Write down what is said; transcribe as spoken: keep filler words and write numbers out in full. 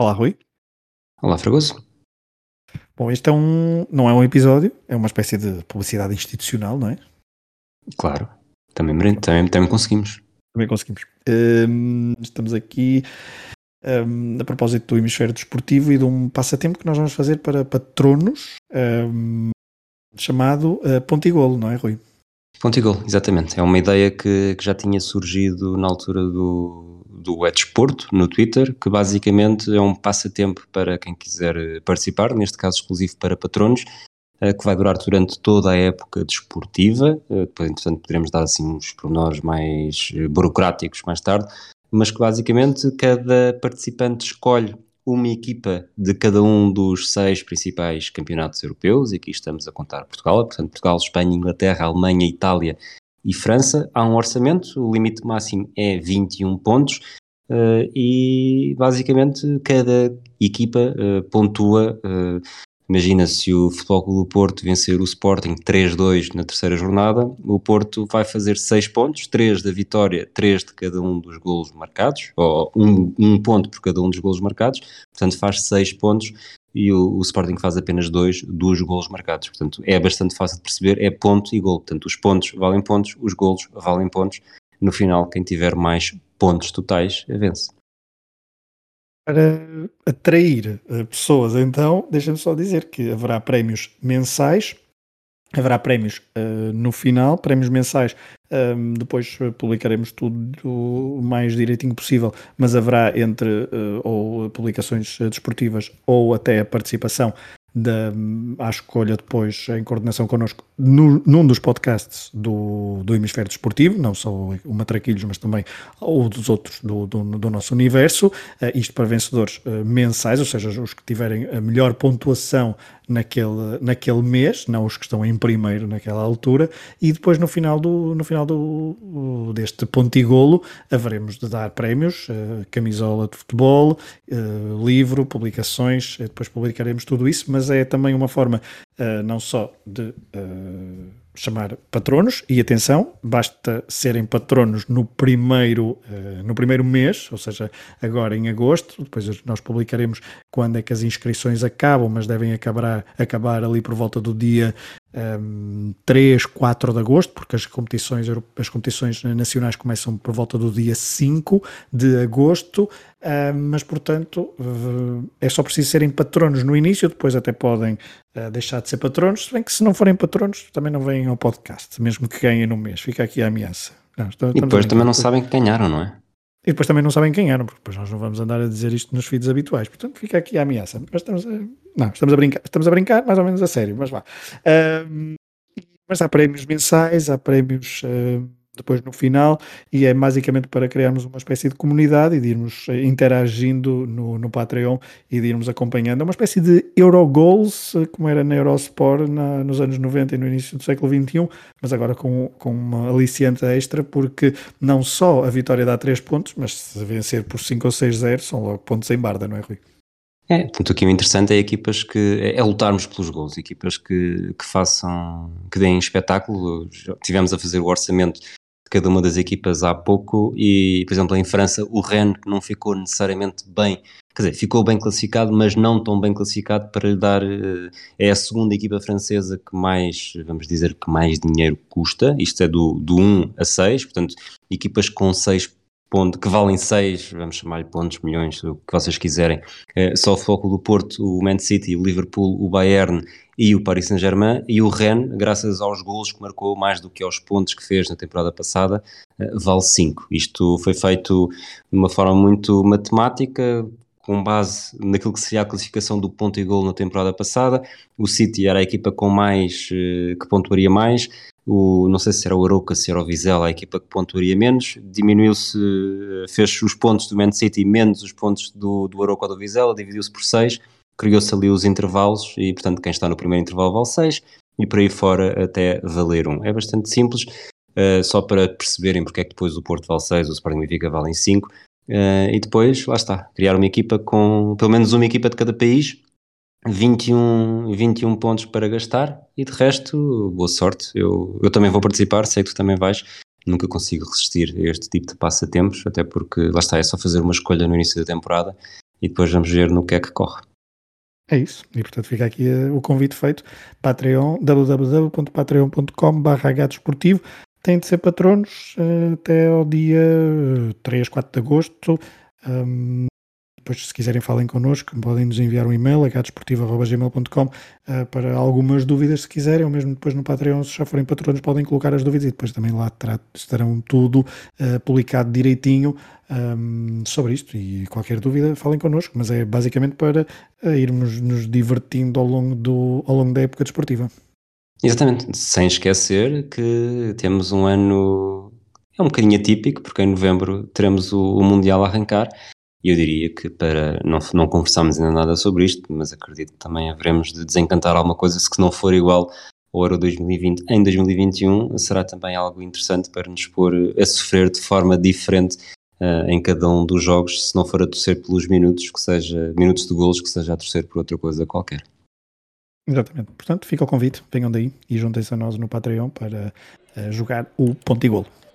Olá, Rui. Olá, Fragoso. Bom, este é um, não é um episódio, é uma espécie de publicidade institucional, não é? Claro, também, mere- também, também conseguimos. Também conseguimos. Hum, estamos aqui hum, a propósito do hemisfério desportivo e de um passatempo que nós vamos fazer para patronos, hum, chamado uh, Pontigolo, não é, Rui? Ponto e gol, exatamente. É uma ideia que, que já tinha surgido na altura do, do É Desporto, no Twitter, que basicamente é um passatempo para quem quiser participar, neste caso exclusivo para patronos, eh, que vai durar durante toda a época desportiva. Eh, Depois, entretanto, poderemos dar assim uns pormenores mais eh, burocráticos mais tarde, mas que basicamente cada participante escolhe uma equipa de cada um dos seis principais campeonatos europeus, e aqui estamos a contar Portugal, portanto Portugal, Espanha, Inglaterra, Alemanha, Itália e França. Há um orçamento, o limite máximo é vinte e um pontos, eh, e basicamente cada equipa eh, pontua. eh, Imagina, se o Futebol Clube do Porto vencer o Sporting três a dois na terceira jornada, o Porto vai fazer seis pontos, três da vitória, três de cada um dos golos marcados, ou um, um ponto por cada um dos golos marcados, portanto faz seis pontos, e o, o Sporting faz apenas dois dos golos marcados. Portanto, é bastante fácil de perceber, é ponto e gol. Portanto, os pontos valem pontos, os golos valem pontos. No final, quem tiver mais pontos totais, vence. Para atrair uh, pessoas, então, deixa-me só dizer que haverá prémios mensais. Haverá prémios uh, no final, prémios mensais, um, depois publicaremos tudo o mais direitinho possível, mas haverá entre uh, ou publicações desportivas ou até a participação da, à escolha depois em coordenação connosco no, num dos podcasts do, do Hemisfério Desportivo, não só o Matraquilhos, mas também ou dos outros do, do, do nosso universo, uh, isto para vencedores uh, mensais, ou seja, os que tiverem a melhor pontuação naquele, naquele mês, não os que estão em primeiro naquela altura, e depois no final, do, no final do, deste pontigolo haveremos de dar prémios, uh, camisola de futebol, uh, livro, publicações, uh, depois publicaremos tudo isso, mas é também uma forma uh, não só de uh, chamar patronos, e atenção, basta serem patronos no primeiro, uh, no primeiro mês, ou seja, agora em agosto, depois nós publicaremos quando é que as inscrições acabam, mas devem acabar, acabar ali por volta do dia um, três, quatro de agosto, porque as competições, as competições nacionais começam por volta do dia cinco de agosto, uh, mas portanto uh, é só preciso serem patronos no início, depois até podem uh, deixar de ser patronos, se bem que se não forem patronos também não vêm ao podcast, mesmo que ganhem no mês, fica aqui a ameaça. Não, estamos, E depois também não depois... sabem que ganharam, não é? E depois também não sabem quem eram, porque depois nós não vamos andar a dizer isto nos feeds habituais. Portanto, fica aqui a ameaça. Mas estamos a... Não, estamos a brincar. Estamos a brincar mais ou menos a sério, mas vá. Um, mas há prémios mensais, há prémios uh, depois no final, e é basicamente para criarmos uma espécie de comunidade e de irmos interagindo no, no Patreon e de irmos acompanhando. É uma espécie de Eurogoals, como era na Eurosport na, nos anos noventa e no início do século vinte e um, mas agora com, com uma aliciante extra, porque não só a vitória dá três pontos, mas se vencer por cinco ou seis zero, são logo pontos em barda, não é, Rui? É, portanto, aqui o interessante é equipas que, é, é lutarmos pelos gols, equipas que, que façam, que deem espetáculo. Já tivemos a fazer o orçamento de cada uma das equipas há pouco e, por exemplo, em França, o Rennes não ficou necessariamente bem, quer dizer, ficou bem classificado, mas não tão bem classificado para lhe dar, é a segunda equipa francesa que mais, vamos dizer, que mais dinheiro custa, isto é do, do um a seis, portanto, equipas com seis ponto, que valem seis, vamos chamar-lhe pontos, milhões, o que vocês quiserem, uh, só o Futebol Clube do Porto, o Man City, o Liverpool, o Bayern e o Paris Saint-Germain, e o Rennes, graças aos golos que marcou mais do que aos pontos que fez na temporada passada, uh, vale cinco. Isto foi feito de uma forma muito matemática, com base naquilo que seria a classificação do ponto e gol na temporada passada. O City era a equipa com mais, uh, que pontuaria mais. O, não sei se era o Arouca, se era o Vizela, a equipa que pontuaria menos, diminuiu-se, fez os pontos do Man City menos os pontos do, do Arouca ou do Vizela, dividiu-se por seis, criou-se ali os intervalos e, portanto, quem está no primeiro intervalo vale seis e por aí fora até valer um. É bastante simples, uh, só para perceberem porque é que depois o Porto vale seis, o Sporting e o Benfica valem cinco, uh, e depois, lá está, criar uma equipa com, pelo menos uma equipa de cada país, vinte e um, vinte e um pontos para gastar e de resto, boa sorte. Eu, eu também vou participar, sei que tu também vais. Nunca consigo resistir a este tipo de passatempos, até porque, lá está, é só fazer uma escolha no início da temporada e depois vamos ver no que é que corre. É isso, e portanto fica aqui uh, o convite feito. Patreon, w w w ponto patreon ponto com barra hdesportivo. Têm de ser patronos uh, até ao dia três, quatro de agosto. Um, depois, se quiserem, falem connosco. Podem nos enviar um e-mail, h desportivo arroba gmail ponto com, uh, para algumas dúvidas, se quiserem, ou mesmo depois no Patreon, se já forem patronos, podem colocar as dúvidas e depois também lá terá, estarão tudo uh, publicado direitinho um, sobre isto. E qualquer dúvida, falem connosco, mas é basicamente para uh, irmos nos divertindo ao longo, do, ao longo da época desportiva. Exatamente, sem esquecer que temos um ano, é um bocadinho atípico, porque em novembro teremos o, o Mundial a arrancar, e eu diria que para, não, não conversámos ainda nada sobre isto, mas acredito que também haveremos de desencantar alguma coisa, se não for igual ao Euro dois mil e vinte em dois mil e vinte e um, será também algo interessante para nos pôr a sofrer de forma diferente uh, em cada um dos jogos, se não for a torcer pelos minutos, que seja minutos de golos, que seja a torcer por outra coisa qualquer. Exatamente. Portanto, fica o convite, venham daí e juntem-se a nós no Patreon para uh, jogar o Pontigolo.